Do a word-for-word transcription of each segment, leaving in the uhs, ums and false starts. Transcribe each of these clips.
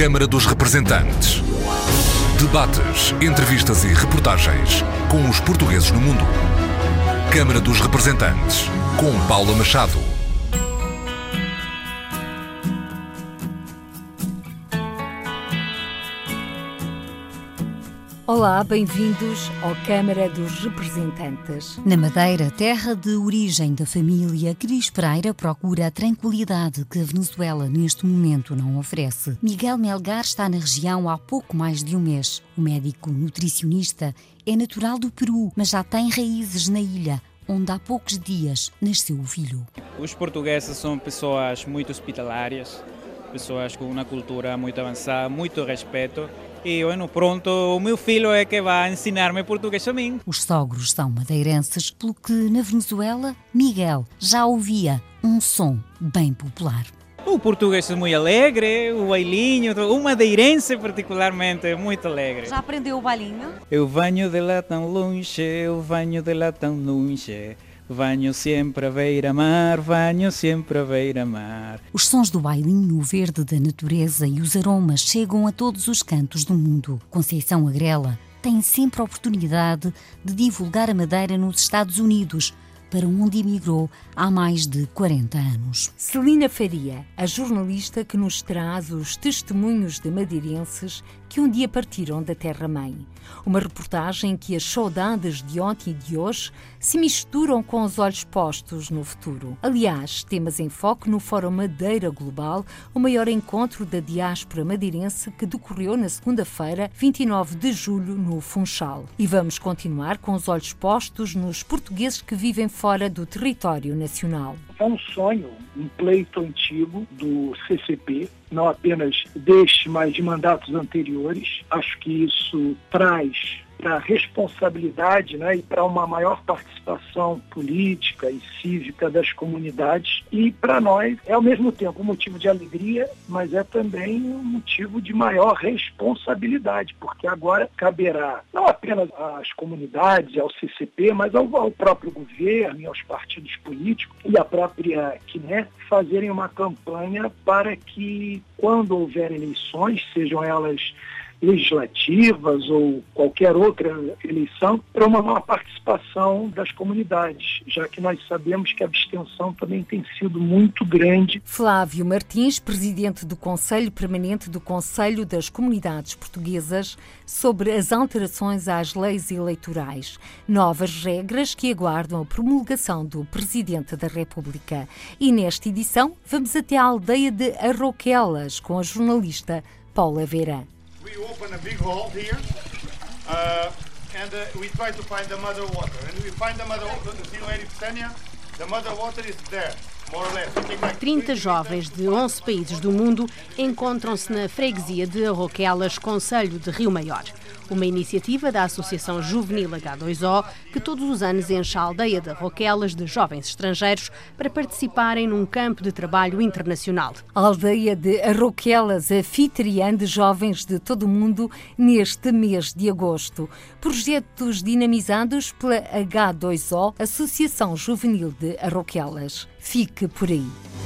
Câmara dos Representantes. Debates, entrevistas e reportagens com os portugueses no mundo. Câmara dos Representantes, com Paula Machado. Olá, bem-vindos ao Câmara dos Representantes. Na Madeira, terra de origem da família, Cris Pereira procura a tranquilidade que a Venezuela neste momento não oferece. Miguel Melgar está na região há pouco mais de um mês. O médico nutricionista é natural do Peru, mas já tem raízes na ilha, onde há poucos dias nasceu o filho. Os portugueses são pessoas muito hospitalárias, pessoas com uma cultura muito avançada, muito respeito. E, bueno, pronto, o meu filho é que vai ensinar-me português a mim. Os sogros são madeirenses, pelo que na Venezuela, Miguel já ouvia um som bem popular. O português é muito alegre, o bailinho, o madeirense particularmente é muito alegre. Já aprendeu o bailinho? Eu venho de lá tão longe, eu venho de lá tão longe. Venho sempre a beira-mar, venho sempre a beira-mar. Os sons do bailinho, o verde da natureza e os aromas chegam a todos os cantos do mundo. Conceição Agrela tem sempre a oportunidade de divulgar a Madeira nos Estados Unidos, para onde emigrou há mais de quarenta anos. Celina Faria, a jornalista que nos traz os testemunhos de madeirenses que um dia partiram da terra-mãe. Uma reportagem em que as saudades de ontem e de hoje se misturam com os olhos postos no futuro. Aliás, temas em foco no Fórum Madeira Global, o maior encontro da diáspora madeirense que decorreu na segunda-feira, vinte e nove de julho, no Funchal. E vamos continuar com os olhos postos nos portugueses que vivem fora do território nacional. É um sonho, um pleito antigo do C C P, não apenas deste, mas de mandatos anteriores. Acho que isso traz para a responsabilidade, né, e para uma maior participação política e cívica das comunidades. E para nós é ao mesmo tempo um motivo de alegria, mas é também um motivo de maior responsabilidade, porque agora caberá não apenas às comunidades, ao C C P, mas ao, ao próprio governo e aos partidos políticos e à própria C N E fazerem uma campanha para que, quando houver eleições, sejam elas legislativas ou qualquer outra eleição, para uma maior participação das comunidades, já que nós sabemos que a abstenção também tem sido muito grande. Flávio Martins, presidente do Conselho Permanente do Conselho das Comunidades Portuguesas, sobre as alterações às leis eleitorais, novas regras que aguardam a promulgação do Presidente da República. E nesta edição vamos até a aldeia de Arroquelas com a jornalista Paula Vera. We open a big hole here, uh, and uh, we try to find the mother water. And we find the mother water, the Rio Erythritania, the mother water is there, more or less. Like trinta jovens de onze países do mundo encontram-se na freguesia de Arroquelas, concelho de Rio Maior. Uma iniciativa da Associação Juvenil H dois O, que todos os anos enche a aldeia de Arroquelas de jovens estrangeiros para participarem num campo de trabalho internacional. A aldeia de Arroquelas, anfitriã de jovens de todo o mundo neste mês de agosto. Projetos dinamizados pela H dois O, Associação Juvenil de Arroquelas. Fique por aí.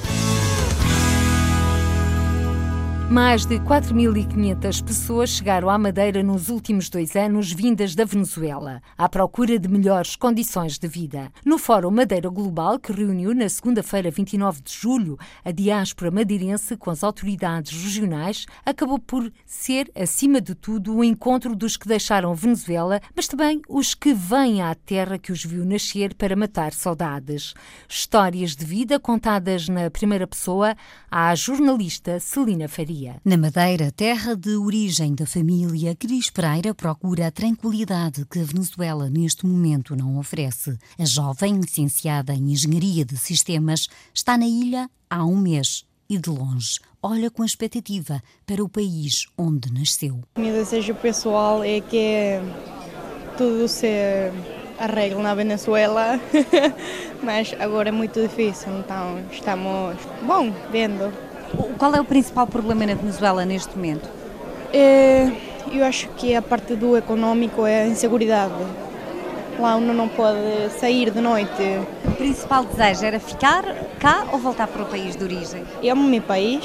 Mais de quatro mil e quinhentas pessoas chegaram à Madeira nos últimos dois anos, vindas da Venezuela, à procura de melhores condições de vida. No Fórum Madeira Global, que reuniu na segunda-feira, vinte e nove de julho, a diáspora madeirense com as autoridades regionais, acabou por ser, acima de tudo, o encontro dos que deixaram Venezuela, mas também os que vêm à terra que os viu nascer para matar saudades. Histórias de vida contadas na primeira pessoa à jornalista Celina Faria. Na Madeira, terra de origem da família, Cris Pereira procura a tranquilidade que a Venezuela neste momento não oferece. A jovem, licenciada em Engenharia de Sistemas, está na ilha há um mês e, de longe, olha com expectativa para o país onde nasceu. O meu desejo pessoal é que tudo se arregle na Venezuela, mas agora é muito difícil, então estamos, bom, vendo. Qual é o principal problema na Venezuela neste momento? É, eu acho que a parte do econômico é a inseguridade. Lá uno não pode sair de noite. O principal desejo era ficar cá ou voltar para o país de origem? Eu amo o meu país,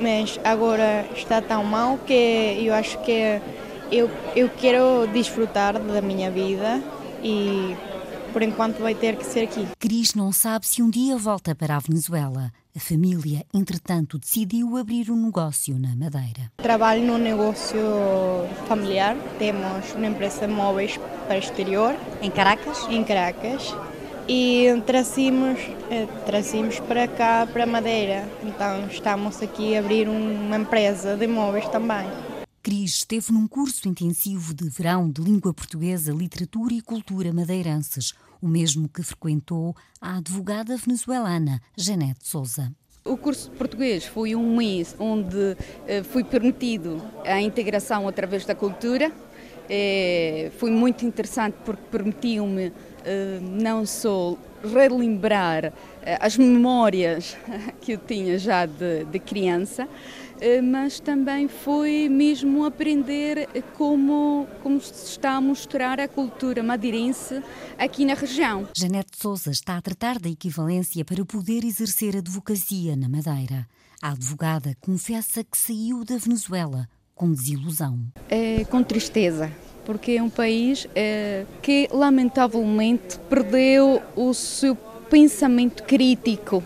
mas agora está tão mal que eu acho que eu, eu quero desfrutar da minha vida e por enquanto vai ter que ser aqui. Cris não sabe se um dia volta para a Venezuela. A família, entretanto, decidiu abrir um negócio na Madeira. Trabalho num negócio familiar. Temos uma empresa de móveis para o exterior. Em Caracas? Em Caracas. E trazimos, trazimos para cá, para a Madeira. Então estamos aqui a abrir uma empresa de móveis também. Cris esteve num curso intensivo de verão de língua portuguesa, literatura e cultura madeirenses, o mesmo que frequentou a advogada venezuelana Janete Souza. O curso de português foi um mês onde eh, foi permitido a integração através da cultura. Eh, foi muito interessante porque permitiu-me eh, não só relembrar eh, as memórias que eu tinha já de, de criança, mas também foi mesmo aprender como, como se está a mostrar a cultura madeirense aqui na região. Janete Souza está a tratar da equivalência para poder exercer advocacia na Madeira. A advogada confessa que saiu da Venezuela com desilusão. É, com tristeza, porque é um país é, que lamentavelmente perdeu o seu pensamento crítico.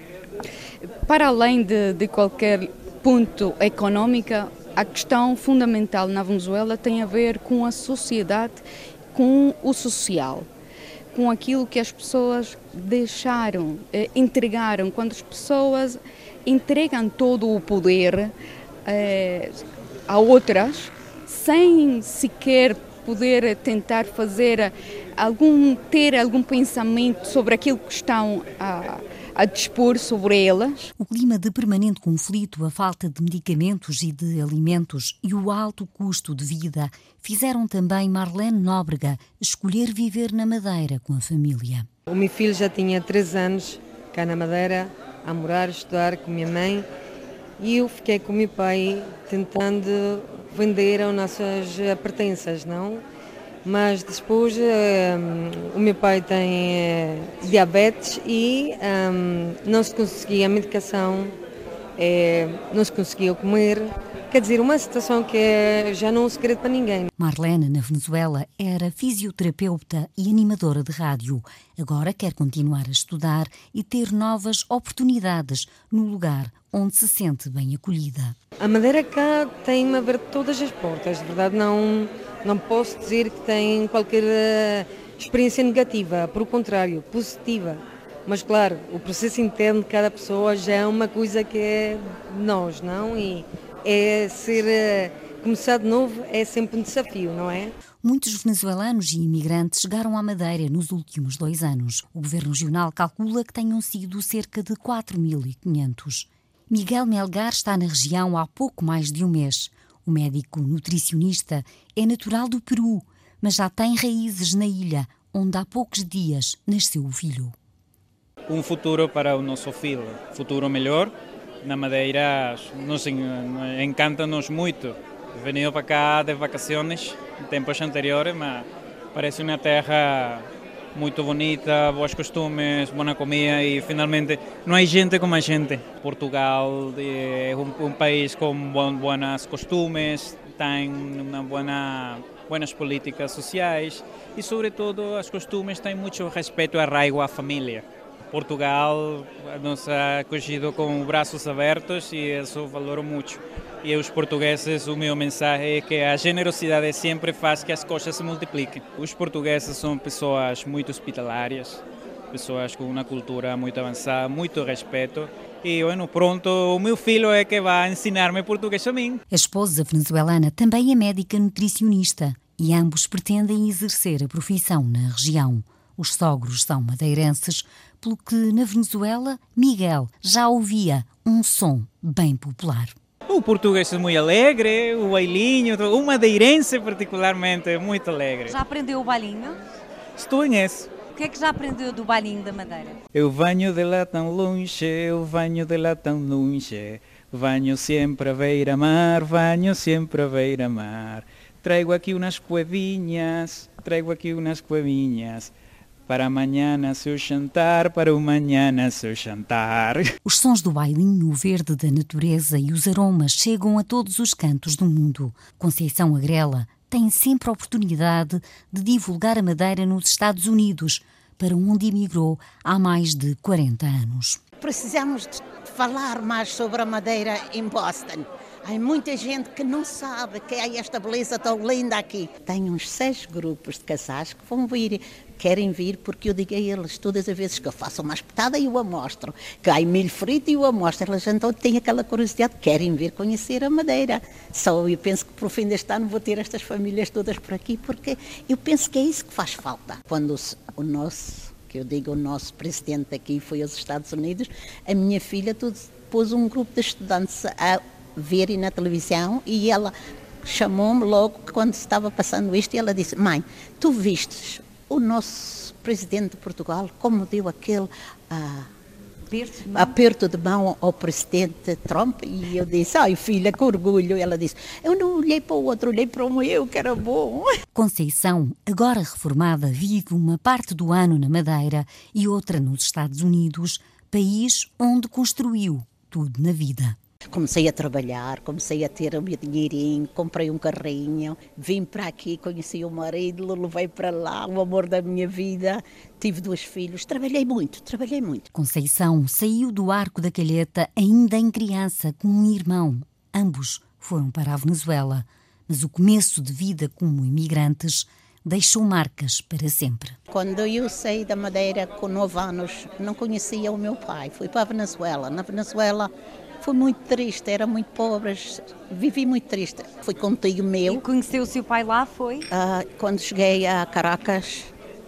Para além de, de qualquer ponto econômica, a questão fundamental na Venezuela tem a ver com a sociedade, com o social, com aquilo que as pessoas deixaram, eh, entregaram. Quando as pessoas entregam todo o poder eh, a outras, sem sequer poder tentar fazer algum, ter algum pensamento sobre aquilo que estão a a dispor sobre elas. O clima de permanente conflito, a falta de medicamentos e de alimentos e o alto custo de vida fizeram também Marlene Nóbrega escolher viver na Madeira com a família. O meu filho já tinha três anos cá na Madeira, a morar, a estudar com minha mãe, e eu fiquei com o meu pai tentando vender as nossas pertenças, não? Mas depois um, o meu pai tem uh, diabetes e um, não se conseguia a medicação, uh, não se conseguia comer. Quer dizer, uma situação que é já não é um segredo para ninguém. Marlene, na Venezuela, era fisioterapeuta e animadora de rádio. Agora quer continuar a estudar e ter novas oportunidades no lugar onde se sente bem acolhida. A Madeira cá tem-me aberto todas as portas, de verdade não... Não posso dizer que tem qualquer uh, experiência negativa, por contrário, positiva. Mas claro, o processo interno de cada pessoa já é uma coisa que é nós, não? E é ser, uh, começar de novo é sempre um desafio, não é? Muitos venezuelanos e imigrantes chegaram à Madeira nos últimos dois anos. O governo regional calcula que tenham sido cerca de quatro mil e quinhentos. Miguel Melgar está na região há pouco mais de um mês. O médico nutricionista é natural do Peru, mas já tem raízes na ilha, onde há poucos dias nasceu o filho. Um futuro para o nosso filho, futuro melhor. Na Madeira nos encanta-nos muito. Venho para cá de vacações, em tempos anteriores, mas parece uma terra muito bonita, bons costumes, boa comida e finalmente não há gente como a gente. Portugal é um, um país com bons costumes, tem uma boa, boas políticas sociais e, sobretudo, os costumes têm muito respeito e arraigo à família. Portugal nos ha acolhido com braços abertos e isso valoro muito. E os portugueses, o meu mensagem é que a generosidade sempre faz que as coisas se multipliquem. Os portugueses são pessoas muito hospitalárias, pessoas com uma cultura muito avançada, muito respeito. E, bueno, pronto, o meu filho é que vai ensinar-me português a mim. A esposa venezuelana também é médica nutricionista e ambos pretendem exercer a profissão na região. Os sogros são madeirenses, pelo que na Venezuela, Miguel já ouvia um som bem popular. O português é muito alegre, o bailinho, o madeirense particularmente é muito alegre. Já aprendeu o bailinho? Estou em isso. O que é que já aprendeu do bailinho da Madeira? Eu venho de lá tão longe, eu venho de lá tão longe, venho sempre a beira-mar, venho sempre a beira-mar. Trago aqui umas cuevinhas, trago aqui umas cuevinhas, Para amanhã seu jantar, para o manhã seu jantar. Os sons do bailinho, o verde da natureza e os aromas chegam a todos os cantos do mundo. Conceição Agrela tem sempre a oportunidade de divulgar a Madeira nos Estados Unidos, para onde emigrou há mais de quarenta anos. Precisamos de falar mais sobre a Madeira em Boston. Há muita gente que não sabe que há esta beleza tão linda aqui. Tem uns seis grupos de casais que vão vir, querem vir, porque eu digo a eles todas as vezes que eu faço uma espetada e eu a mostro, que há milho frito e eu a mostro. Eles então têm aquela curiosidade, querem vir conhecer a Madeira. Só eu penso que para o fim deste ano vou ter estas famílias todas por aqui, porque eu penso que é isso que faz falta. Quando o nosso, que eu digo o nosso presidente aqui foi aos Estados Unidos, a minha filha tudo, pôs um grupo de estudantes a ver na televisão e ela chamou-me logo quando estava passando isto e ela disse: mãe, tu vistes o nosso presidente de Portugal como deu aquele ah, aperto, de aperto de mão ao presidente Trump? E eu disse: ai filha, que orgulho. E ela disse: eu não olhei para o outro, olhei para o meu, que era bom. Conceição, agora reformada, vive uma parte do ano na Madeira e outra nos Estados Unidos, país onde construiu tudo na vida. Comecei a trabalhar, comecei a ter o meu dinheirinho, comprei um carrinho, vim para aqui, conheci o marido, levei para lá, o amor da minha vida, tive dois filhos, trabalhei muito, trabalhei muito. Conceição saiu do Arco da Calheta ainda em criança com um irmão. Ambos foram para a Venezuela, mas o começo de vida como imigrantes deixou marcas para sempre. Quando eu saí da Madeira com nove anos, não conhecia o meu pai, fui para a Venezuela. Na Venezuela foi muito triste, era muito pobre, vivi muito triste. Fui com um tio meu. E conheceu o seu pai lá, foi? Uh, quando cheguei a Caracas,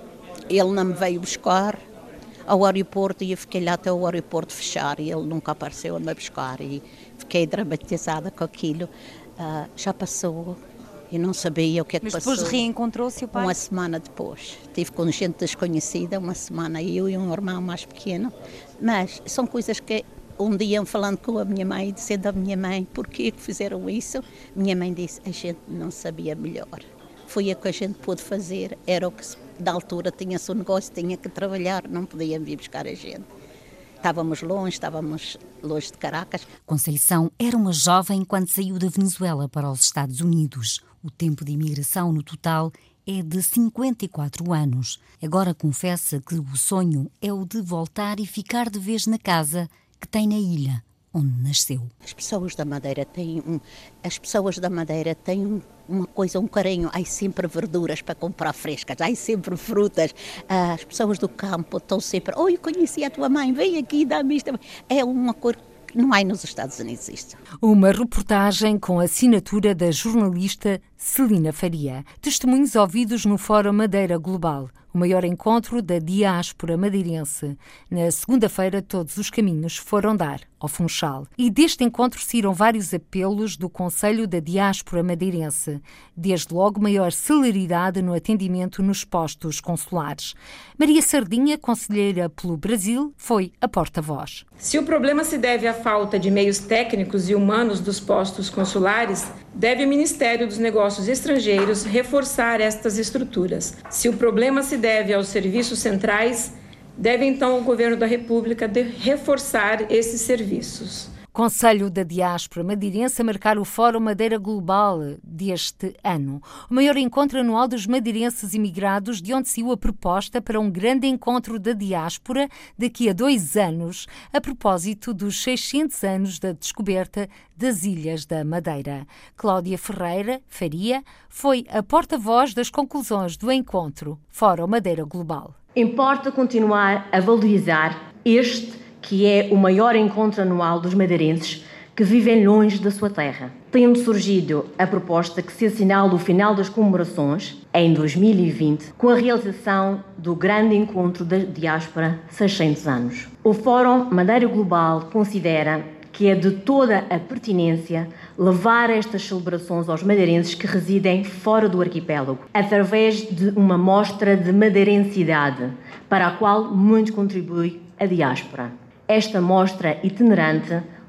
ele não me veio buscar ao aeroporto e eu fiquei lá até o aeroporto fechar e ele nunca apareceu a me buscar e fiquei dramatizada com aquilo. Uh, já passou e não sabia o que é que Mas passou. Mas depois reencontrou o seu pai? Uma semana depois. Estive com gente desconhecida, uma semana eu e um irmão mais pequeno. Mas são coisas que um dia falando com a minha mãe, dizendo à minha mãe porquê que fizeram isso, minha mãe disse: a gente não sabia melhor. Foi o que a gente pôde fazer, era o que da altura tinha seu negócio, tinha que trabalhar, não podiam vir buscar a gente. Estávamos longe, estávamos longe de Caracas. Conceição era uma jovem quando saiu da Venezuela para os Estados Unidos. O tempo de imigração no total é de cinquenta e quatro anos. Agora confessa que o sonho é o de voltar e ficar de vez na casa que tem na ilha onde nasceu. As pessoas da Madeira têm um, as pessoas da Madeira têm um, uma coisa, um carinho. Há sempre verduras para comprar frescas, há sempre frutas. As pessoas do campo estão sempre: oi, eu conheci a tua mãe, vem aqui, dá-me isto. É uma coisa que não há nos Estados Unidos isto. Uma reportagem com a assinatura da jornalista Celina Faria. Testemunhos ouvidos no Fórum Madeira Global, o maior encontro da diáspora madeirense. Na segunda-feira, todos os caminhos foram dar ao Funchal. E deste encontro saíram vários apelos do Conselho da Diáspora Madeirense. Desde logo, maior celeridade no atendimento nos postos consulares. Maria Sardinha, conselheira pelo Brasil, foi a porta-voz. Se o problema se deve à falta de meios técnicos e humanos dos postos consulares, deve o Ministério dos Negócios Estrangeiros reforçar estas estruturas. Se o problema se deve aos serviços centrais, deve então o Governo da República de reforçar esses serviços. Conselho da Diáspora Madeirense a marcar o Fórum Madeira Global deste ano. O maior encontro anual dos madeirenses imigrados, de onde saiu a proposta para um grande encontro da diáspora daqui a dois anos, a propósito dos seiscentos anos da descoberta das Ilhas da Madeira. Cláudia Ferreira Faria foi a porta-voz das conclusões do encontro Fórum Madeira Global. Importa continuar a valorizar este que é o maior encontro anual dos madeirenses que vivem longe da sua terra. Tendo surgido a proposta que se assinala o final das comemorações, em dois mil e vinte, com a realização do grande encontro da diáspora seiscentos anos. O Fórum Madeira Global considera que é de toda a pertinência levar estas celebrações aos madeirenses que residem fora do arquipélago, através de uma mostra de madeirensidade, para a qual muito contribui a diáspora. Esta mostra itinerante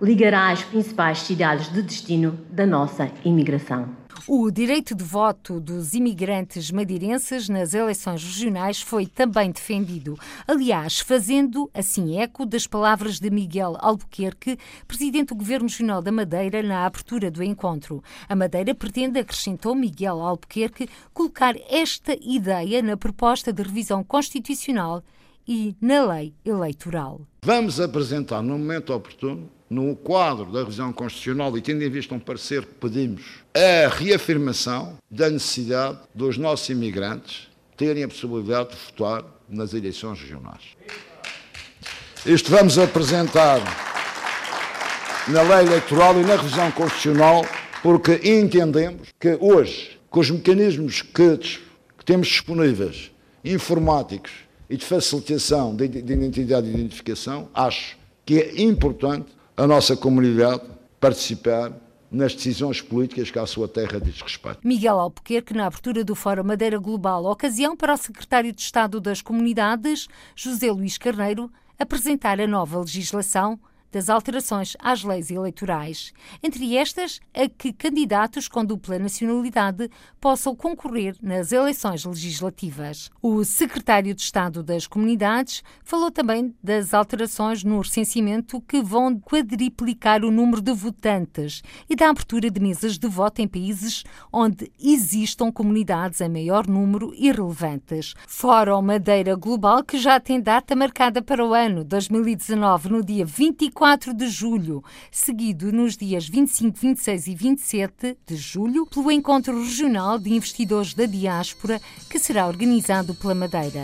ligará as principais cidades de destino da nossa imigração. O direito de voto dos imigrantes madeirenses nas eleições regionais foi também defendido. Aliás, fazendo assim eco das palavras de Miguel Albuquerque, presidente do Governo Regional da Madeira, na abertura do encontro. A Madeira pretende, acrescentou Miguel Albuquerque, colocar esta ideia na proposta de revisão constitucional e na lei eleitoral. Vamos apresentar no momento oportuno, no quadro da revisão constitucional e tendo em vista um parecer que pedimos, a reafirmação da necessidade dos nossos imigrantes terem a possibilidade de votar nas eleições regionais. Isto vamos apresentar na lei eleitoral e na revisão constitucional porque entendemos que hoje, com os mecanismos que, que temos disponíveis, informáticos e de facilitação de, de identidade e identificação, acho que é importante a nossa comunidade participar nas decisões políticas que à sua terra diz respeito. Miguel Albuquerque, na abertura do Fórum Madeira Global, ocasião para o secretário de Estado das Comunidades, José Luís Carneiro, apresentar a nova legislação das alterações às leis eleitorais. Entre estas, a que candidatos com dupla nacionalidade possam concorrer nas eleições legislativas. O secretário de Estado das Comunidades falou também das alterações no recenseamento que vão quadriplicar o número de votantes e da abertura de mesas de voto em países onde existam comunidades em maior número e relevantes. Fórum Madeira Global, que já tem data marcada para o ano dois mil e dezanove, no dia vinte e quatro de julho, seguido nos dias vinte e cinco, vinte e seis e vinte e sete de julho, pelo Encontro Regional de Investidores da Diáspora, que será organizado pela Madeira.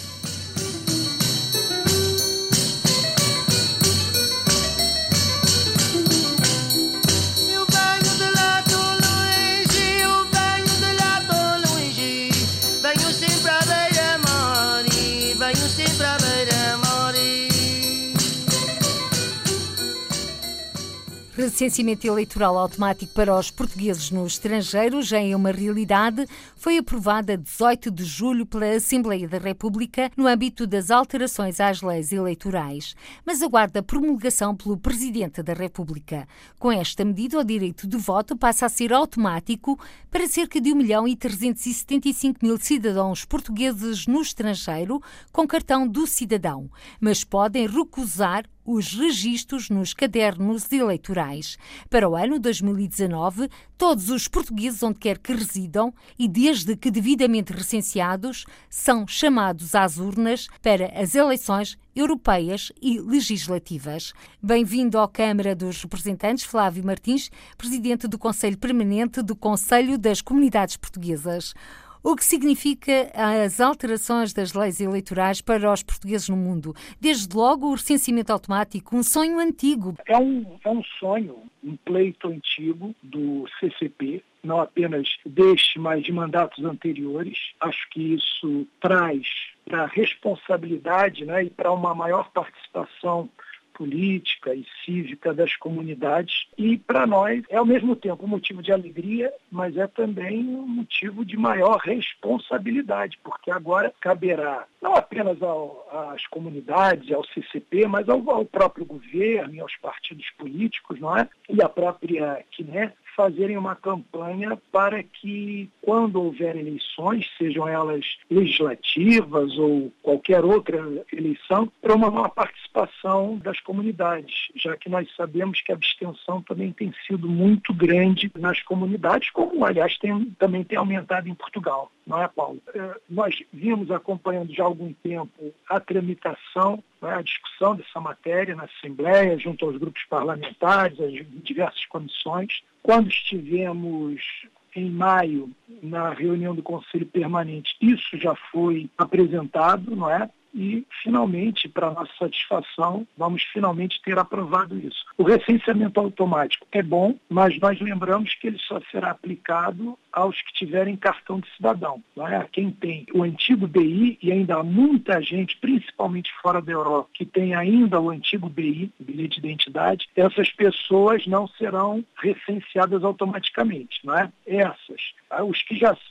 Recenseamento eleitoral automático para os portuguees no estrangeiro já é uma realidade. Foi aprovada a dezoito de julho pela Assembleia da República no âmbito das alterações às leis eleitorais, mas aguarda promulgação pelo Presidente da República. Com esta medida, o direito de voto passa a ser automático para cerca de um milhão e trezentos e setenta e cinco mil cidadãos portugueses no estrangeiro com cartão do cidadão, mas podem recusar os registros nos cadernos eleitorais. Para o ano dois mil e dezanove, todos os portugueses, onde quer que residam e desde que devidamente recenseados, são chamados às urnas para as eleições europeias e legislativas. Bem-vindo à Câmara dos Representantes, Flávio Martins, Presidente do Conselho Permanente do Conselho das Comunidades Portuguesas. O que significa as alterações das leis eleitorais para os portugueses no mundo? Desde logo, o recenseamento automático, um sonho antigo. É um, é um sonho, um pleito antigo do C C P, não apenas deste, mas de mandatos anteriores. Acho que isso traz para a responsabilidade, né, e para uma maior participação política e cívica das comunidades. E, para nós, é ao mesmo tempo um motivo de alegria, mas é também um motivo de maior responsabilidade, porque agora caberá não apenas ao, às comunidades, ao C C P, mas ao, ao próprio governo e aos partidos políticos, não é? E à própria C N E, fazerem uma campanha para que, quando houver eleições, sejam elas legislativas ou qualquer outra eleição, para uma maior participação das comunidades, já que nós sabemos que a abstenção também tem sido muito grande nas comunidades, como, aliás, tem, também tem aumentado em Portugal, não é, Paulo? É, nós vimos acompanhando já há algum tempo a tramitação, né, a discussão dessa matéria na Assembleia, junto aos grupos parlamentares, as diversas comissões. Quando estivemos em maio na reunião do Conselho Permanente, isso já foi apresentado, não é? E, finalmente, para nossa satisfação, vamos finalmente ter aprovado isso. O recenseamento automático é bom, mas nós lembramos que ele só será aplicado aos que tiverem cartão de cidadão. Não é? Quem tem o antigo B I, e ainda há muita gente, principalmente fora da Europa, que tem ainda o antigo B I, bilhete de identidade, essas pessoas não serão recenseadas automaticamente. Não é? Essas, os que já são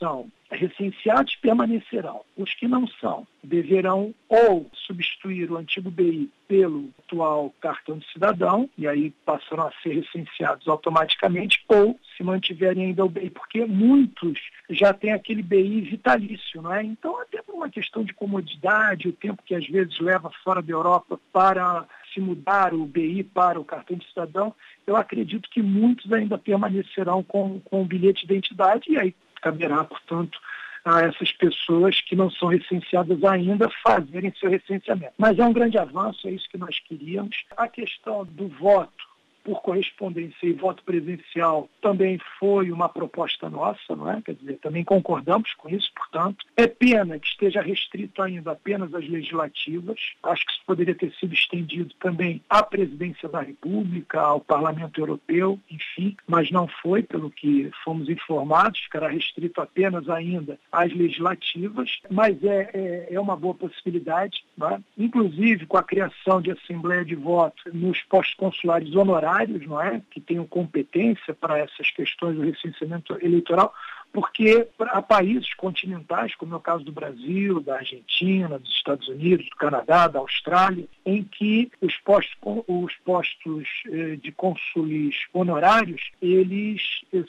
recenseados permanecerão. Os que não são deverão ou substituir o antigo B I pelo atual cartão de cidadão, e aí passarão a ser recenseados automaticamente, ou se mantiverem ainda o B I, porque muitos já têm aquele B I vitalício, não é? Então, até por uma questão de comodidade, o tempo que às vezes leva fora da Europa para se mudar o B I para o cartão de cidadão, eu acredito que muitos ainda permanecerão com, com o bilhete de identidade, e aí caberá, portanto, a essas pessoas que não são recenseadas ainda fazerem seu recenseamento. Mas é um grande avanço, é isso que nós queríamos. A questão do voto por correspondência e voto presencial também foi uma proposta nossa, não é? Quer dizer, também concordamos com isso, portanto. É pena que esteja restrito ainda apenas às legislativas. Acho que isso poderia ter sido estendido também à presidência da República, ao Parlamento Europeu, enfim, mas não foi, pelo que fomos informados, ficará restrito apenas ainda às legislativas, mas é, é, é uma boa possibilidade, não é? Inclusive com a criação de assembleia de voto nos postos consulares honorários, não é? Que tenham competência para essas questões do recenseamento eleitoral, porque há países continentais, como é o caso do Brasil, da Argentina, dos Estados Unidos, do Canadá, da Austrália, em que os postos, os postos de cônsules honorários, eles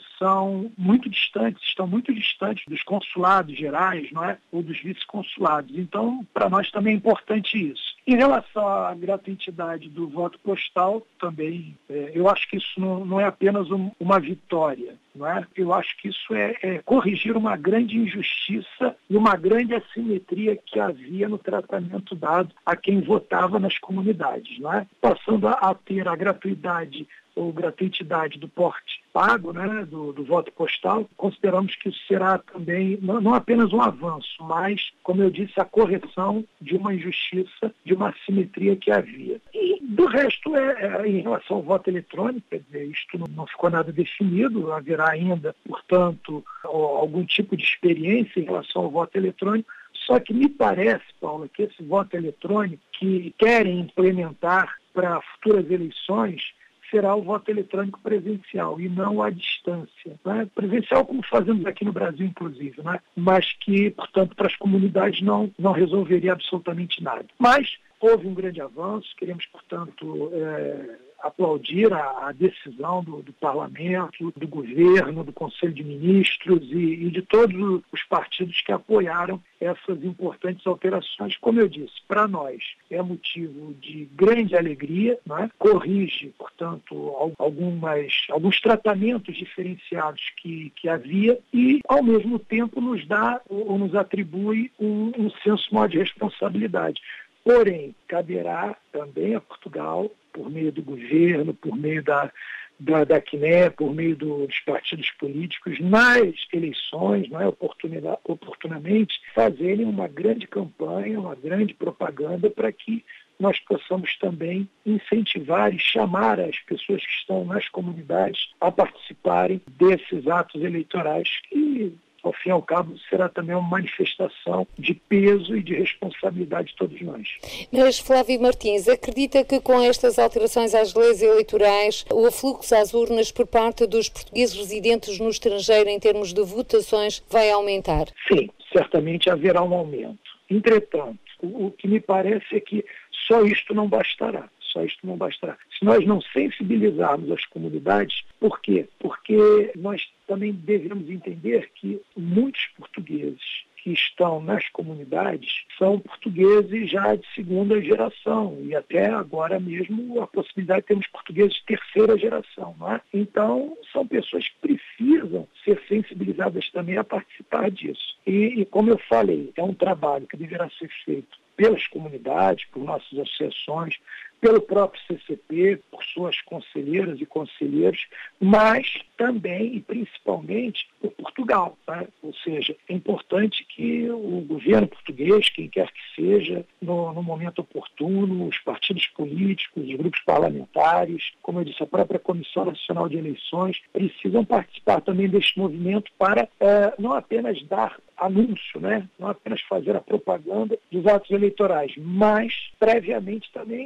são muito distantes, estão muito distantes dos consulados gerais, não é? Ou dos vice-consulados. Então, para nós também é importante isso. Em relação à gratuitidade do voto postal, também, é, eu acho que isso não, não é apenas um, uma vitória, não é? Eu acho que isso é, é corrigir uma grande injustiça e uma grande assimetria que havia no tratamento dado a quem votava nas comunidades, não é? Passando a, a ter a gratuidade ou gratuitidade do porte pago, né, do, do voto postal, consideramos que isso será também não, não apenas um avanço, mas, como eu disse, a correção de uma injustiça, de uma assimetria que havia. E do resto, é, é em relação ao voto eletrônico, quer dizer, isto não, não ficou nada definido, haverá ainda, portanto, algum tipo de experiência em relação ao voto eletrônico. Só que me parece, Paula, que esse voto eletrônico que querem implementar para futuras eleições será o voto eletrônico presencial e não à distância. Né? Presencial como fazemos aqui no Brasil, inclusive, né? Mas que, portanto, para as comunidades não, não resolveria absolutamente nada. Mas houve um grande avanço, queremos, portanto, é, aplaudir a, a decisão do, do Parlamento, do governo, do Conselho de Ministros e, e de todos os partidos que apoiaram essas importantes alterações. Como eu disse, para nós é motivo de grande alegria, né? Corrige, portanto, algumas, alguns tratamentos diferenciados que, que havia e, ao mesmo tempo, nos dá ou nos atribui um, um senso maior de responsabilidade. Porém, caberá também a Portugal, por meio do governo, por meio da, da, da C N E, por meio do, dos partidos políticos, nas eleições, não é, oportunamente, fazerem uma grande campanha, uma grande propaganda para que nós possamos também incentivar e chamar as pessoas que estão nas comunidades a participarem desses atos eleitorais que, ao fim e ao cabo, será também uma manifestação de peso e de responsabilidade de todos nós. Mas, Flávio Martins, acredita que com estas alterações às leis eleitorais, o afluxo às urnas por parte dos portugueses residentes no estrangeiro em termos de votações vai aumentar? Sim, certamente haverá um aumento. Entretanto, o, o que me parece é que só isto não bastará. Só isto não bastará. Se nós não sensibilizarmos as comunidades, por quê? Porque nós também devemos entender que muitos portugueses que estão nas comunidades são portugueses já de segunda geração e até agora mesmo a possibilidade de termos portugueses de terceira geração, não é? Então, são pessoas que precisam ser sensibilizadas também a participar disso. E, e como eu falei, é um trabalho que deverá ser feito pelas comunidades, por nossas associações, pelo próprio C C P, por suas conselheiras e conselheiros, mas também e principalmente por Portugal. Tá? Ou seja, é importante que o governo português, quem quer que seja, no, no momento oportuno, os partidos políticos, os grupos parlamentares, como eu disse, a própria Comissão Nacional de Eleições, precisam participar também deste movimento para é, não apenas dar anúncio, né? Não apenas fazer a propaganda dos atos eleitorais, mas previamente também sensibilizar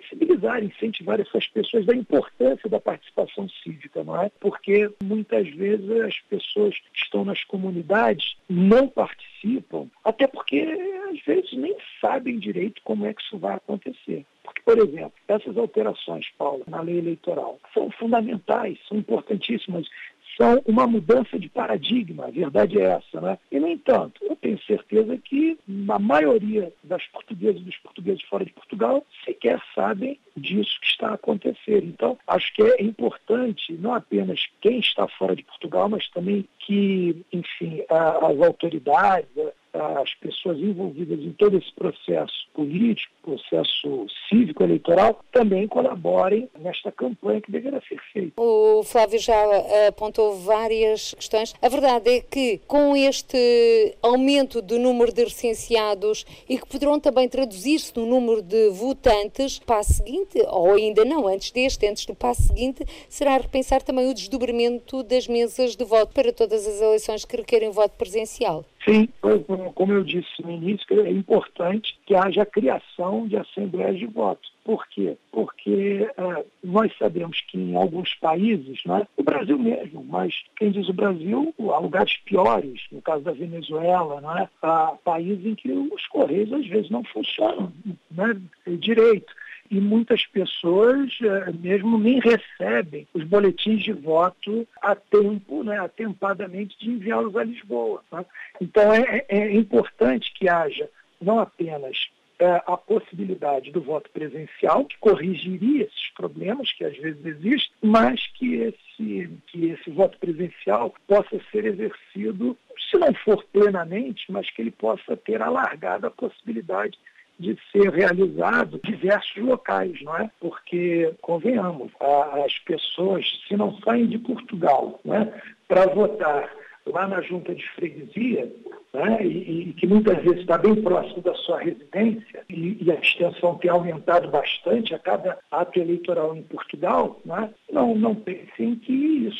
sensibilizar, incentivar essas pessoas da importância da participação cívica, não é? Porque muitas vezes as pessoas que estão nas comunidades não participam, até porque às vezes nem sabem direito como é que isso vai acontecer. Porque, por exemplo, essas alterações, Paula, na lei eleitoral, são fundamentais, são importantíssimas, são uma mudança de paradigma, a verdade é essa, né? E, no entanto, eu tenho certeza que a maioria das portuguesas e dos portugueses fora de Portugal sequer sabem disso que está a acontecer. Então, acho que é importante, não apenas quem está fora de Portugal, mas também que, enfim, as autoridades, as pessoas envolvidas em todo esse processo político, processo cívico-eleitoral, também colaborem nesta campanha que deverá ser feita. O Flávio já apontou várias questões. A verdade é que, com este aumento do número de recenseados e que poderão também traduzir-se no número de votantes, passo seguinte, ou ainda não, antes deste, antes do passo seguinte, será repensar também o desdobramento das mesas de voto para todas as eleições que requerem voto presencial. Sim, como eu disse no início, é importante que haja a criação de assembleias de voto. Por quê? Porque uh, nós sabemos que em alguns países, né, o Brasil mesmo, mas quem diz o Brasil, há lugares piores, no caso da Venezuela, né, há países em que os correios às vezes não funcionam, né, direito. E muitas pessoas mesmo nem recebem os boletins de voto a tempo, né, atempadamente de enviá-los a Lisboa. Né? Então é, é importante que haja não apenas é, a possibilidade do voto presencial, que corrigiria esses problemas que às vezes existem, mas que esse, que esse voto presencial possa ser exercido, se não for plenamente, mas que ele possa ter alargada a possibilidade de ser realizado em diversos locais, não é? Porque, convenhamos, as pessoas, se não saem de Portugal, não é, para votar lá na junta de freguesia, né, e, e que muitas vezes está bem próximo da sua residência, e, e a extensão tem aumentado bastante a cada ato eleitoral em Portugal, né, não, não pensem que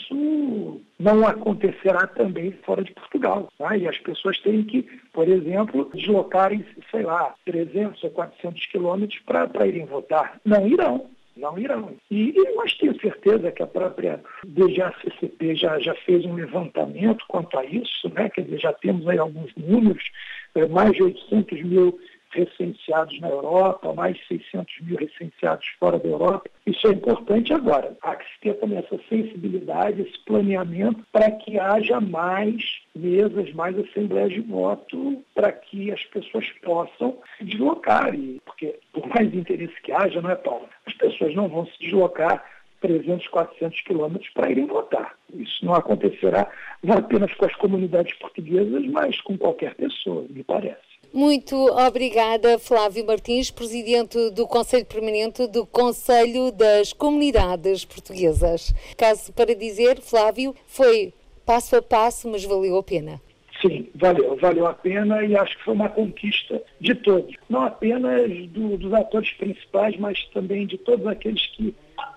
isso não acontecerá também fora de Portugal. Né, e as pessoas têm que, por exemplo, deslocarem, sei lá, trezentos ou quatrocentos quilômetros para irem votar. Não irão. Não irão. E, e nós temos certeza que a própria D G A C C P já, já fez um levantamento quanto a isso, né? Quer dizer, já temos aí alguns números, mais de oitocentos mil recenseados na Europa, mais de seiscentos mil recenseados fora da Europa. Isso é importante agora. Há que se ter também essa sensibilidade, esse planeamento para que haja mais mesas, mais assembleias de voto, para que as pessoas possam se deslocar. E, porque por mais interesse que haja, não é, Paulo? As pessoas não vão se deslocar trezentos, quatrocentos quilômetros para irem votar. Isso não acontecerá não apenas com as comunidades portuguesas, mas com qualquer pessoa, me parece. Muito obrigada, Flávio Martins, Presidente do Conselho Permanente do Conselho das Comunidades Portuguesas. Caso para dizer, Flávio, foi passo a passo, mas valeu a pena. Sim, valeu, valeu a pena e acho que foi uma conquista de todos. Não apenas do, dos atores principais, mas também de todos aqueles que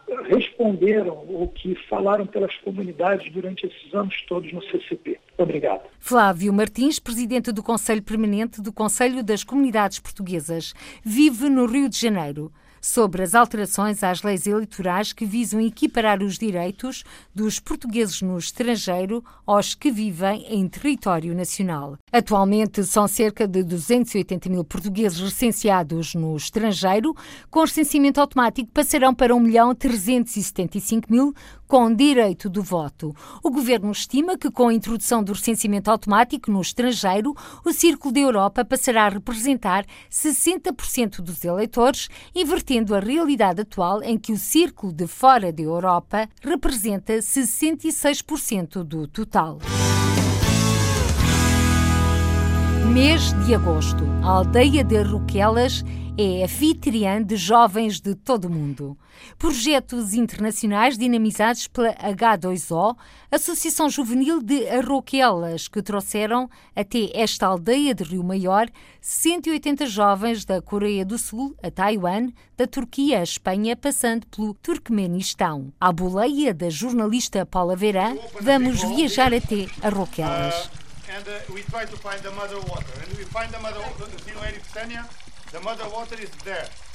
responderam ou que falaram pelas comunidades durante esses anos todos no C C P. Obrigado. Flávio Martins, Presidente do Conselho Permanente do Conselho das Comunidades Portuguesas, vive no Rio de Janeiro. Sobre as alterações às leis eleitorais que visam equiparar os direitos dos portugueses no estrangeiro aos que vivem em território nacional. Atualmente são cerca de duzentos e oitenta mil portugueses recenseados no estrangeiro. Com recenseamento automático passarão para um milhão trezentos e setenta e cinco mil com direito do voto. O Governo estima que com a introdução do recenseamento automático no estrangeiro, o Círculo da Europa passará a representar sessenta por cento dos eleitores, invertendo a realidade atual em que o Círculo de fora da Europa representa sessenta e seis por cento do total. Mês de agosto. A aldeia de Arroquelas é anfitriã de jovens de todo o mundo. Projetos internacionais dinamizados pela H dois O, Associação Juvenil de Arroquelas, que trouxeram até esta aldeia de Rio Maior cento e oitenta jovens da Coreia do Sul a Taiwan, da Turquia a Espanha, passando pelo Turquemenistão. À boleia da jornalista Paula Verã, vamos viajar até Arroquelas. And uh, we try to find the mother water. And we find the mother water, the mother water is there,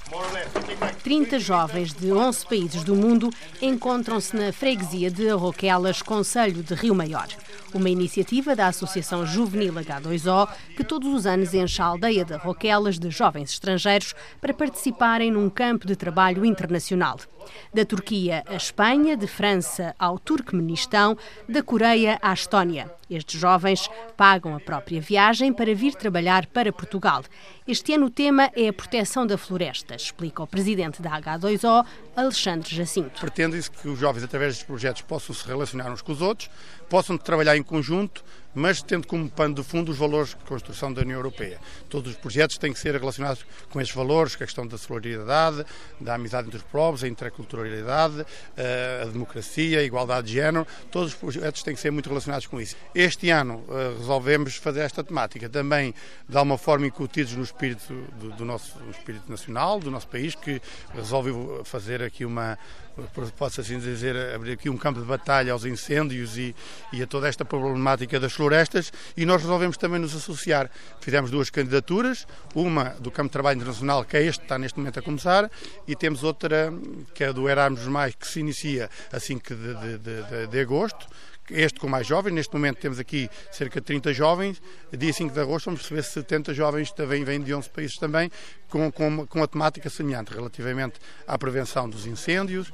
trinta jovens de onze países do mundo encontram-se na freguesia de Arroquelas, concelho de Rio Maior. Uma iniciativa da Associação Juvenil H dois O, que todos os anos enche a aldeia de Arroquelas de jovens estrangeiros para participarem num campo de trabalho internacional. Da Turquia à Espanha, de França ao Turcomenistão, da Coreia à Estónia. Estes jovens pagam a própria viagem para vir trabalhar para Portugal. Este ano o tema é a proteção da floresta, explica o presidente da H dois O, Alexandre Jacinto. Pretende-se que os jovens, através destes projetos, possam se relacionar uns com os outros, possam trabalhar em conjunto, mas tendo como pano de fundo os valores de construção da União Europeia. Todos os projetos têm que ser relacionados com estes valores, com a questão da solidariedade, da amizade entre os povos, a interculturalidade, a democracia, a igualdade de género. Todos os projetos têm que ser muito relacionados com isso. Este ano resolvemos fazer esta temática, também de alguma forma incutidos no espírito do, do nosso no espírito nacional, do nosso país, que resolveu fazer aqui uma, posso assim dizer, abrir aqui um campo de batalha aos incêndios e, e a toda esta problemática das florestas, e nós resolvemos também nos associar. Fizemos duas candidaturas, uma do Campo de Trabalho Internacional, que é este, que está neste momento a começar, e temos outra, que é do Erasmus Mais, que se inicia a cinco de, de, de, de agosto, este com mais jovens. Neste momento temos aqui cerca de trinta jovens. Dia cinco de agosto vamos receber setenta jovens, também vêm de onze países também, com, com, com a temática semelhante relativamente à prevenção dos incêndios,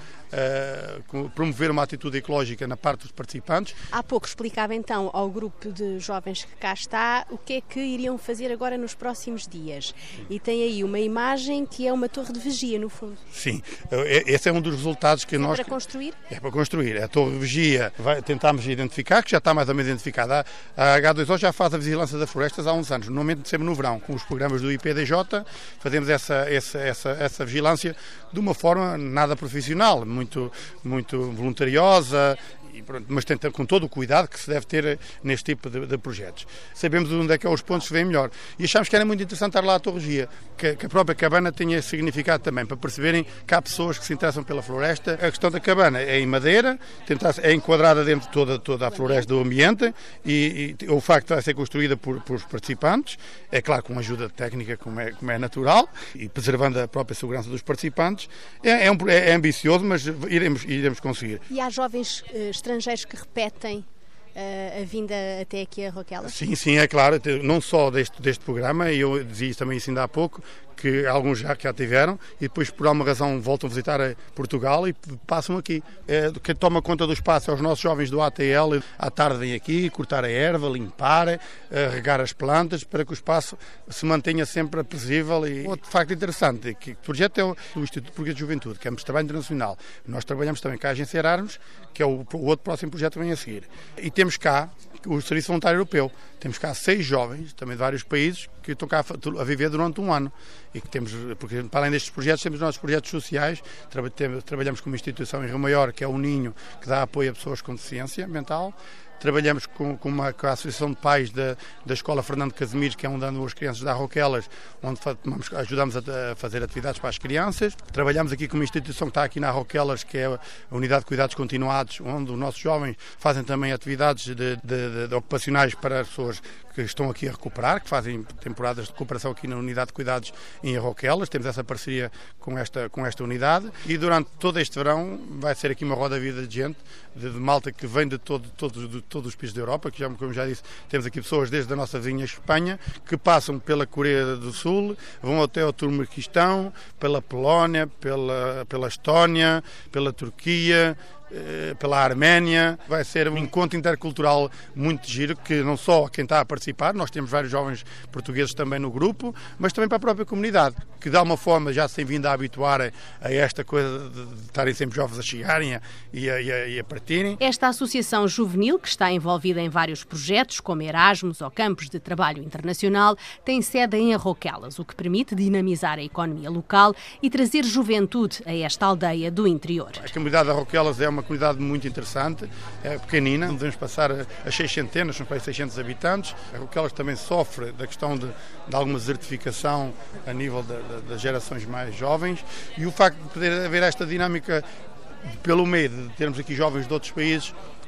uh, promover uma atitude ecológica na parte dos participantes. Há pouco explicava então ao grupo de jovens que cá está o que é que iriam fazer agora nos próximos dias. E tem aí uma imagem que é uma torre de vigia, no fundo. Sim, esse é um dos resultados que é nós... É para construir? É para construir. A torre de vigia vai, tentamos identificar, que já está mais ou menos identificada. A H dois O já faz a vigilância das florestas há uns anos, normalmente sempre no verão, com os programas do I P D J, fazemos essa, essa, essa, essa vigilância de uma forma nada profissional, muito, muito voluntariosa, e pronto, mas tenta com todo o cuidado que se deve ter neste tipo de, de projetos. Sabemos onde é que é os pontos que vêm melhor. E achámos que era muito interessante estar lá a Torre Vigia, que, que a própria cabana tenha significado também, para perceberem que há pessoas que se interessam pela floresta. A questão da cabana é em madeira, tentar, é enquadrada dentro de toda, toda a floresta do ambiente, e, e o facto de ela ser construída por, por participantes, é claro, com ajuda técnica, como é, como é natural, e preservando a própria segurança dos participantes. É, é, um, é ambicioso, mas iremos, iremos conseguir. E há jovens uh, estrangeiros que repetem uh, a vinda até aqui a Arroquelas? Sim, sim, é claro, não só deste, deste programa, e eu dizia também isso ainda há pouco, que alguns já que já tiveram e depois por alguma razão voltam a visitar Portugal e passam aqui. É, quem toma conta do espaço é os nossos jovens do A T L, à tarde vêm aqui cortar a erva, limpar, regar as plantas para que o espaço se mantenha sempre aprazível. E outro facto interessante, que o projeto é o Instituto Português de Juventude, que é um trabalho internacional. Nós trabalhamos também com a Agência Erasmus, que é o, o outro próximo projeto que vem a seguir. E temos cá o Serviço Voluntário Europeu. Temos cá seis jovens, também de vários países, que estão cá a viver durante um ano. E que temos, porque para além destes projetos, temos os nossos projetos sociais. Trabalhamos com uma instituição em Rio Maior, que é o Ninho, que dá apoio a pessoas com deficiência mental. Trabalhamos com, com, uma, com a Associação de Pais da, da Escola Fernando Casimiro, que é onde andam as crianças da Arroquelas, onde vamos, ajudamos a, a fazer atividades para as crianças. Trabalhamos aqui com uma instituição que está aqui na Arroquelas, que é a Unidade de Cuidados Continuados, onde os nossos jovens fazem também atividades de, de, de, de ocupacionais para as pessoas que estão aqui a recuperar, que fazem temporadas de recuperação aqui na Unidade de Cuidados em Arroquelas. Temos essa parceria com esta, com esta unidade. E durante todo este verão vai ser aqui uma roda-vida de gente, de, de malta que vem de todo, todo, de todos os países da Europa, que já, como já disse, temos aqui pessoas desde a nossa vizinha Espanha, que passam pela Coreia do Sul, vão até ao Turcomenistão, pela Polónia, pela, pela Estónia, pela Turquia, pela Arménia. Vai ser um encontro intercultural muito giro, que não só quem está a participar, nós temos vários jovens portugueses também no grupo, mas também para a própria comunidade, que de alguma forma já se tem vindo a habituar a, a esta coisa de, de estarem sempre jovens a chegarem a, e, a, e, a, e a partirem. Esta associação juvenil, que está envolvida em vários projetos, como Erasmus ou campos de trabalho internacional, tem sede em Arroquelas, o que permite dinamizar a economia local e trazer juventude a esta aldeia do interior. A comunidade de Arroquelas é uma comunidade muito interessante, é pequenina, devemos passar a seis centenas, são quase seiscentos habitantes. Arroquelas também sofre da questão de, de alguma desertificação a nível de, de, das gerações mais jovens, e o facto de poder haver esta dinâmica pelo meio de termos aqui jovens de outros países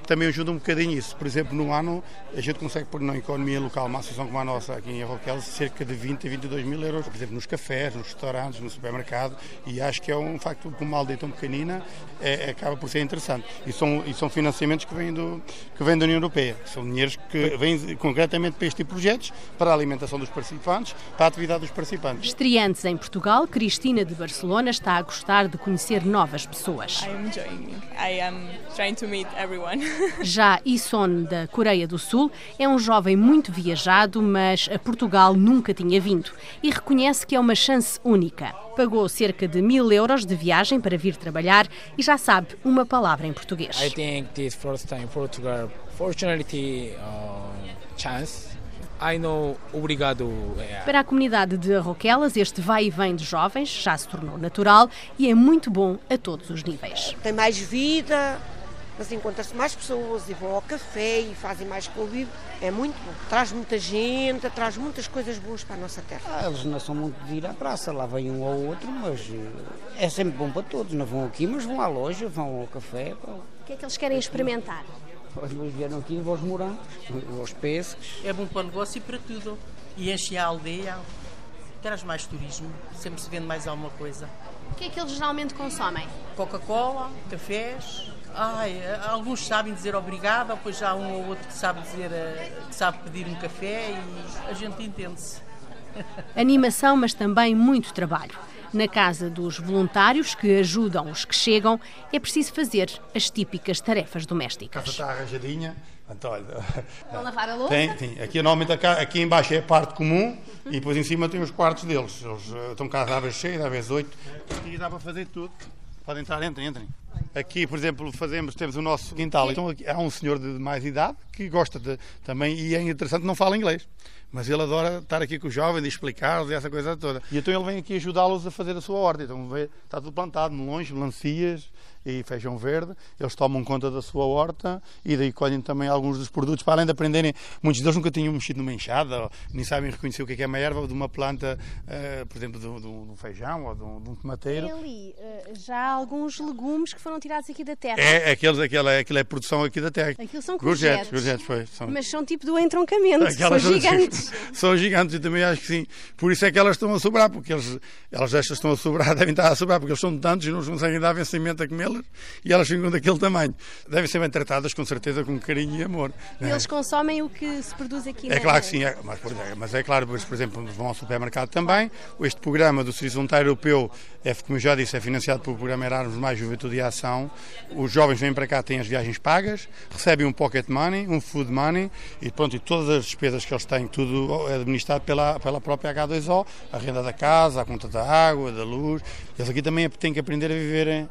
também ajuda um bocadinho isso. Por exemplo, no ano a gente consegue pôr na economia local, uma associação como a nossa aqui em Arroquelas, cerca de vinte a vinte e dois mil euros, por exemplo, nos cafés, nos restaurantes, no supermercado, e acho que é um facto que uma aldeia tão pequenina é, acaba por ser interessante. E são, e são financiamentos que vêm, do, que vêm da União Europeia, são dinheiros que vêm concretamente para este tipo de projetos, para a alimentação dos participantes, para a atividade dos participantes. Estreantes em Portugal, Cristina de Barcelona está a gostar de conhecer novas pessoas. I'm enjoying. I am trying to meet everyone. Já Ison, da Coreia do Sul, é um jovem muito viajado, mas a Portugal nunca tinha vindo e reconhece que é uma chance única. Pagou cerca de mil euros de viagem para vir trabalhar e já sabe uma palavra em português. I think this first time Portugal, fortunately, uh, chance. I know, obrigado. Para a comunidade de Arroquelas, este vai e vem de jovens já se tornou natural e é muito bom a todos os níveis. Tem mais vida, mas encontram-se mais pessoas e vão ao café e fazem mais convívio. É muito bom. Traz muita gente, traz muitas coisas boas para a nossa terra. Ah, eles não são muito de ir à praça, lá vem um ou outro, mas é sempre bom para todos. Não vão aqui, mas vão à loja, vão ao café. O que é que eles querem experimentar? Eles vieram aqui, vão aos morangos, aos pêssegos. É bom para o negócio e para tudo. E enche a aldeia, traz mais turismo, sempre se vende mais alguma coisa. O que é que eles geralmente consomem? Coca-Cola, cafés. Ai, alguns sabem dizer obrigado, depois já há um ou outro que sabe, dizer, que sabe pedir um café e a gente entende-se. Animação, mas também muito trabalho. Na casa dos voluntários que ajudam os que chegam, é preciso fazer as típicas tarefas domésticas. A casa está arranjadinha. Então, olha, vão lavar a louça? Tem, tem. Aqui, normalmente, aqui em baixo é a parte comum e depois em cima tem os quartos deles. Eles estão cá às vezes seis, às vezes oito. Aqui dá para fazer tudo. Podem entrar, entrem, entrem. Aqui, por exemplo, fazemos, temos o nosso quintal. Então, aqui, há um senhor de mais idade que gosta de, também, e é interessante, não fala inglês. Mas ele adora estar aqui com os jovens e explicar-lhes essa coisa toda. E então ele vem aqui ajudá-los a fazer a sua horta. Então vê, está tudo plantado, melões, melancias e feijão verde. Eles tomam conta da sua horta e daí colhem também alguns dos produtos, para além de aprenderem. Muitos deles nunca tinham mexido numa enxada, ou nem sabem reconhecer o que é uma erva ou de uma planta, uh, por exemplo, de um, de um feijão ou de um, de um tomateiro. E ali uh, já há alguns legumes que foram tirados aqui da terra. É, aqueles, aquela, aquilo é produção aqui da terra. Aquilo são courgettes. Courgettes, foi. São... Mas são tipo do entroncamento, aquelas são gigantes. São gigantes, eu também acho que sim. Por isso é que elas estão a sobrar, porque eles, elas estas estão a sobrar, devem estar a sobrar, porque eles são tantos e não conseguem dar vencimento a comê-las e elas ficam daquele tamanho. Devem ser bem tratadas, com certeza, com carinho e amor. E eles consomem o que se produz aqui, É claro que sim, é, mas, mas é claro, por exemplo, vão ao supermercado também. Este programa do Serviço Voluntário Europeu, é, como eu já disse, é financiado pelo programa Erasmus mais Juventude e Ação. Os jovens vêm para cá, têm as viagens pagas, recebem um pocket money, um food money e pronto, e todas as despesas que eles têm, tudo é administrado pela, pela própria H dois O, a renda da casa, a conta da água, da luz. Eles aqui também têm que aprender a viver,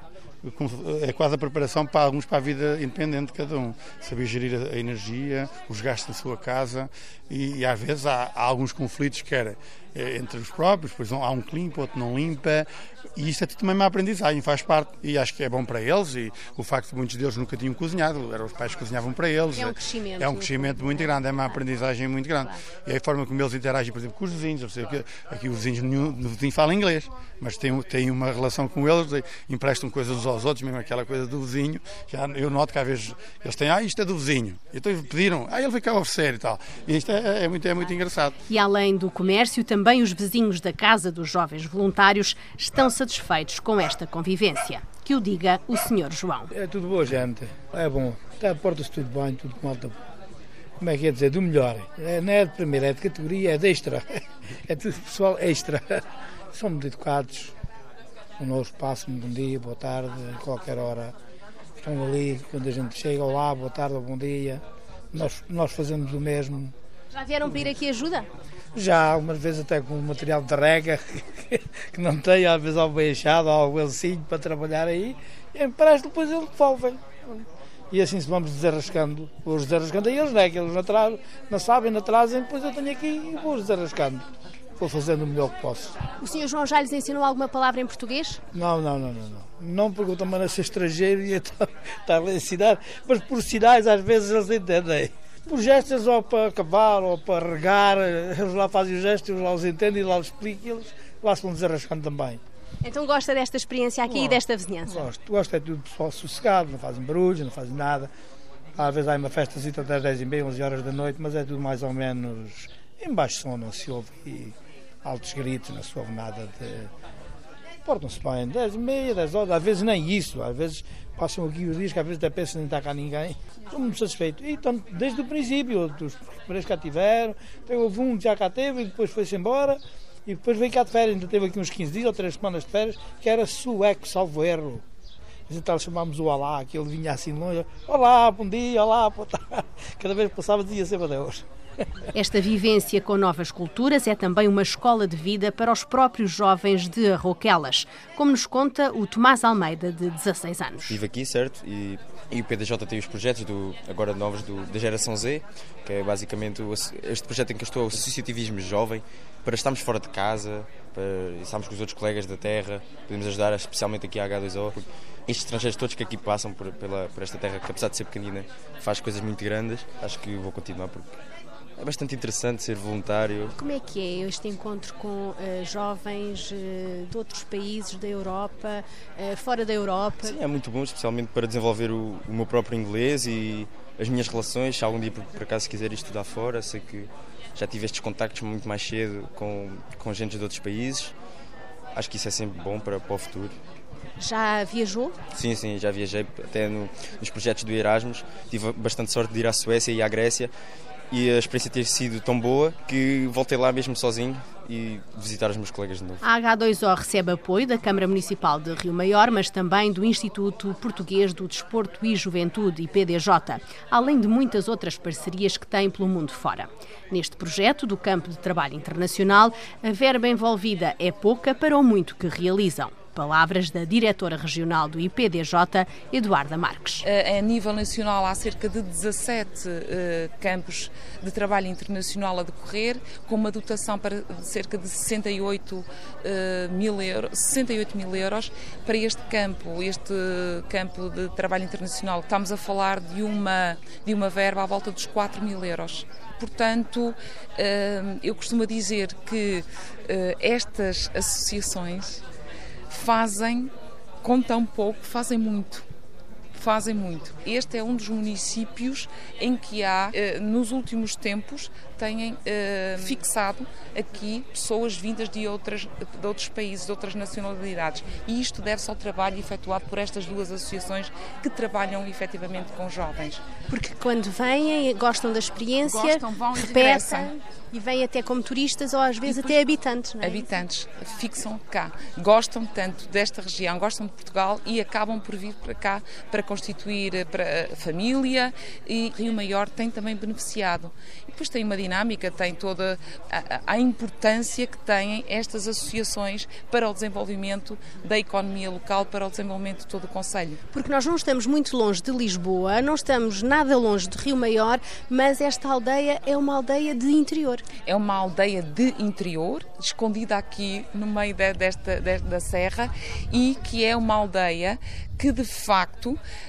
é quase a preparação para alguns para a vida independente de cada um. Saber gerir a energia, os gastos da sua casa e, e às vezes há, há alguns conflitos que era entre os próprios, pois há um que limpa, outro não limpa, e isto é também uma aprendizagem, faz parte, e acho que é bom para eles, e o facto de muitos deles nunca tinham cozinhado, eram os pais que cozinhavam para eles. É um crescimento. É um crescimento muito grande, é uma aprendizagem muito grande. E a forma como eles interagem, por exemplo, com os vizinhos, ou seja, aqui, aqui os vizinhos, nenhum vizinho fala inglês, mas têm, têm uma relação com eles, emprestam coisas uns aos outros, mesmo aquela coisa do vizinho, já eu noto que às vezes eles têm, ah, isto é do vizinho, então pediram, ah, ele veio cá oferecer e tal, e isto é, é, muito, é muito engraçado. E além do comércio, também os vizinhos da Casa dos Jovens Voluntários estão satisfeitos com esta convivência. Que o diga o senhor João. É tudo boa, gente. É bom. Está, porta-se tudo bem, tudo com alta. Como é que é dizer? Do melhor. É, não é de primeira, é de categoria, é de extra. É tudo pessoal extra. São muito educados. Connosco passam um bom dia, boa tarde, a qualquer hora. Estão ali, quando a gente chega, olá, boa tarde, bom dia. Nós, nós fazemos o mesmo. Já vieram pedir aqui ajuda? Já, algumas vezes até com material de rega, que não tem, às vezes algo bem achado, algo elcinho para trabalhar aí, e empresto, depois eles devolvem. E assim se vamos desarrascando. Vou-os desarrascando a eles, não é? Que eles não, trazem, não sabem, não trazem, depois eu tenho aqui e vou-os desarrascando. Vou fazendo o melhor que posso. O senhor João já lhes ensinou alguma palavra em português? Não, não, não, não. Não, não porque eu também não sou estrangeiro e então está a ensinar, mas por sinais às vezes eles entendem. Por gestos, ou para cavar, ou para regar, eles lá fazem os gestos, eles lá os entendem e lá os explicam e eles lá se vão desarrascando também. Então gosta desta experiência aqui Gosto. E desta vizinhança? Gosto, gosto é tudo pessoal sossegado, não fazem barulho, não fazem nada. Às vezes há uma festazita das dez e meia, onze horas da noite, mas é tudo mais ou menos em baixo som, não se ouve e altos gritos, não se ouve nada de... Portam-se bem, dez e meia, dez horas, às vezes nem isso, às vezes passam aqui os dias que às vezes até pensam que nem está cá ninguém. Estou muito satisfeito. E então, desde o princípio, dos primeiros que cá tiveram, houve um que já cá teve e depois foi-se embora. E depois veio cá de férias, ainda teve aqui uns quinze dias ou três semanas de férias, que era sueco, salvo erro. Então chamámos o Olá, que ele vinha assim longe. Olá, bom dia, olá, boa tarde. Cada vez que passava dizia sempre adeus. Esta vivência com novas culturas é também uma escola de vida para os próprios jovens de Arroquelas, como nos conta o Tomás Almeida, de dezasseis anos. Vivo aqui, certo? E, e o P D J tem os projetos, do, agora novos, do, da geração Z, que é basicamente o, este projeto em que eu estou, o associativismo jovem, para estarmos fora de casa, para estarmos com os outros colegas da terra, podemos ajudar especialmente aqui à agá dois ó. Estes estrangeiros todos que aqui passam por, pela, por esta terra, que apesar de ser pequenina, faz coisas muito grandes, acho que vou continuar porque é bastante interessante ser voluntário. Como é que é este encontro com uh, jovens uh, de outros países da Europa, uh, fora da Europa? Sim, é muito bom, especialmente para desenvolver o, o meu próprio inglês e as minhas relações. Se algum dia, por, por acaso, quiser estudar fora, sei que já tive estes contactos muito mais cedo com, com gente de outros países. Acho que isso é sempre bom para, para o futuro. Já viajou? Sim, sim, já viajei até no, nos projetos do Erasmus. Tive bastante sorte de ir à Suécia e à Grécia. E a experiência ter sido tão boa que voltei lá mesmo sozinho e visitar os meus colegas de novo. A agá dois ó recebe apoio da Câmara Municipal de Rio Maior, mas também do Instituto Português do Desporto e Juventude, I P D J, além de muitas outras parcerias que tem pelo mundo fora. Neste projeto do Campo de Trabalho Internacional, a verba envolvida é pouca para o muito que realizam. Palavras da diretora regional do I P D J, Eduarda Marques. A nível nacional há cerca de dezassete uh, campos de trabalho internacional a decorrer, com uma dotação para cerca de sessenta e oito mil euros. Para este campo, este campo de trabalho internacional, estamos a falar de uma, de uma verba à volta dos quatro mil euros. Portanto, uh, eu costumo dizer que uh, estas associações fazem, com tão pouco, fazem muito. Fazem muito. Este é um dos municípios em que há, eh, nos últimos tempos, têm eh, fixado aqui pessoas vindas de, outras, de outros países, de outras nacionalidades. E isto deve-se ao trabalho efetuado por estas duas associações que trabalham efetivamente com jovens. Porque quando vêm, gostam da experiência, gostam, vão repetem e vêm até como turistas ou às vezes depois, até habitantes, não é? Habitantes fixam cá, gostam tanto desta região, gostam de Portugal e acabam por vir para cá para constituir para a família, e Rio Maior tem também beneficiado. E depois tem uma dinâmica, tem toda a, a importância que têm estas associações para o desenvolvimento da economia local, para o desenvolvimento de todo o concelho. Porque nós não estamos muito longe de Lisboa, não estamos nada longe de Rio Maior, mas esta aldeia é uma aldeia de interior. É uma aldeia de interior, escondida aqui no meio de, desta, de, da serra, e que é uma aldeia que de facto,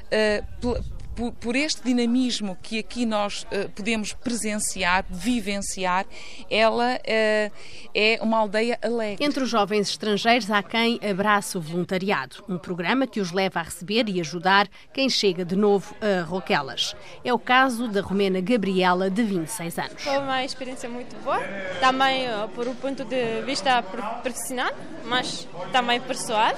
uh, por, por este dinamismo que aqui nós uh, podemos presenciar, vivenciar, ela uh, é uma aldeia alegre. Entre os jovens estrangeiros há quem abraça o voluntariado, um programa que os leva a receber e ajudar quem chega de novo a Arroquelas. É o caso da romena Gabriela, de vinte e seis anos. Foi uma experiência muito boa, também uh, por um ponto de vista profissional, mas também pessoal.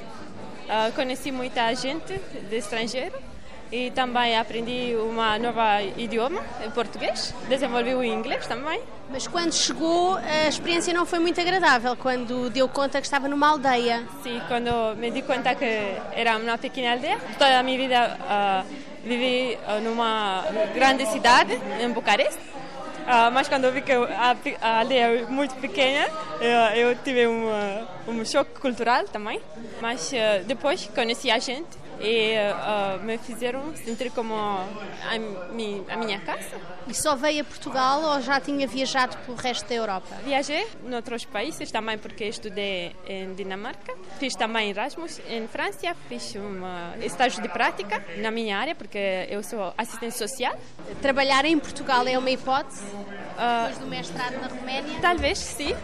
Uh, conheci muita gente de estrangeiro e também aprendi uma nova idioma, em português, desenvolvi o inglês também. Mas quando chegou, a experiência não foi muito agradável, quando deu conta que estava numa aldeia? Sim, quando me di conta que era uma pequena aldeia. Toda a minha vida uh, vivi numa grande cidade, em Bucareste. Uh, mas quando eu vi que a, a aldeia é muito pequena, eu, eu tive um, um choque cultural também. Mas uh, depois conheci a gente e uh, me fizeram sentir como a, mi, a minha casa. E só veio a Portugal ou já tinha viajado pelo resto da Europa? Viajei em outros países também, porque estudei em Dinamarca. Fiz também Erasmus em França, fiz um estágio de prática na minha área, porque eu sou assistente social. Trabalhar em Portugal é uma hipótese? Depois do mestrado na Roménia? Talvez, sim. Uh,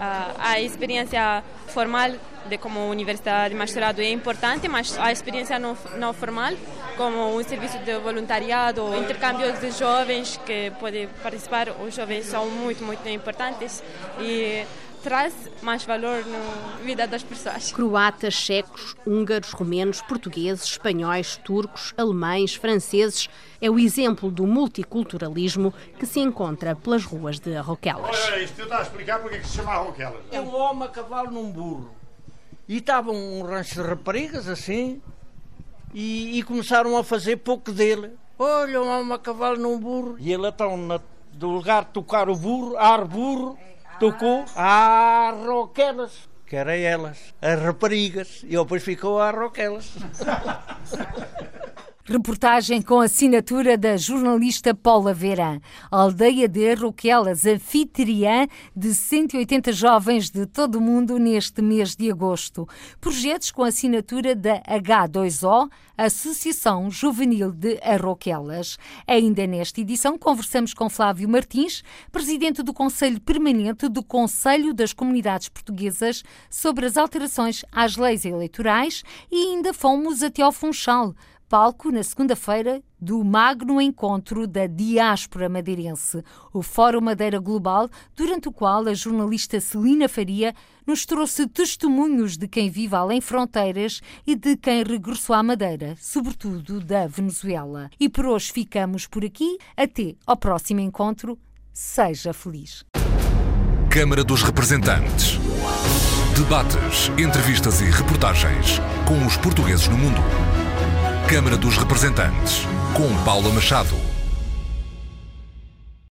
a experiência formal de como universidade de mestrado é importante, mas a experiência não, não formal como um serviço de voluntariado, intercâmbios de jovens que podem participar. Os jovens são muito, muito importantes e traz mais valor na vida das pessoas. Croatas, checos, húngaros, romenos, portugueses, espanhóis, turcos, alemães, franceses. É o exemplo do multiculturalismo que se encontra pelas ruas de Arroquelas. Olha, isto eu estou a explicar porque é que se chama Arroquelas. É um homem a cavalo num burro. E estava um rancho de raparigas assim e, e começaram a fazer pouco dele. Olha, um homem a cavalo num burro. E ele então, na, do lugar de tocar o burro, ar burro, tocou a Arroquelas, que era elas, as raparigas, e depois ficou a Arroquelas. Reportagem com assinatura da jornalista Paula Verã. A aldeia de Arroquelas, anfitriã de cento e oitenta jovens de todo o mundo neste mês de agosto. Projetos com assinatura da H dois O, Associação Juvenil de Arroquelas. Ainda nesta edição conversamos com Flávio Martins, presidente do Conselho Permanente do Conselho das Comunidades Portuguesas, sobre as alterações às leis eleitorais, e ainda fomos até ao Funchal, palco na segunda-feira do magno encontro da diáspora madeirense, o Fórum Madeira Global, durante o qual a jornalista Celina Faria nos trouxe testemunhos de quem vive além fronteiras e de quem regressou à Madeira, sobretudo da Venezuela. E por hoje ficamos por aqui. Até ao próximo encontro. Seja feliz. Câmara dos Representantes. Debates, entrevistas e reportagens com os portugueses no mundo. Câmara dos Representantes, com Paula Machado.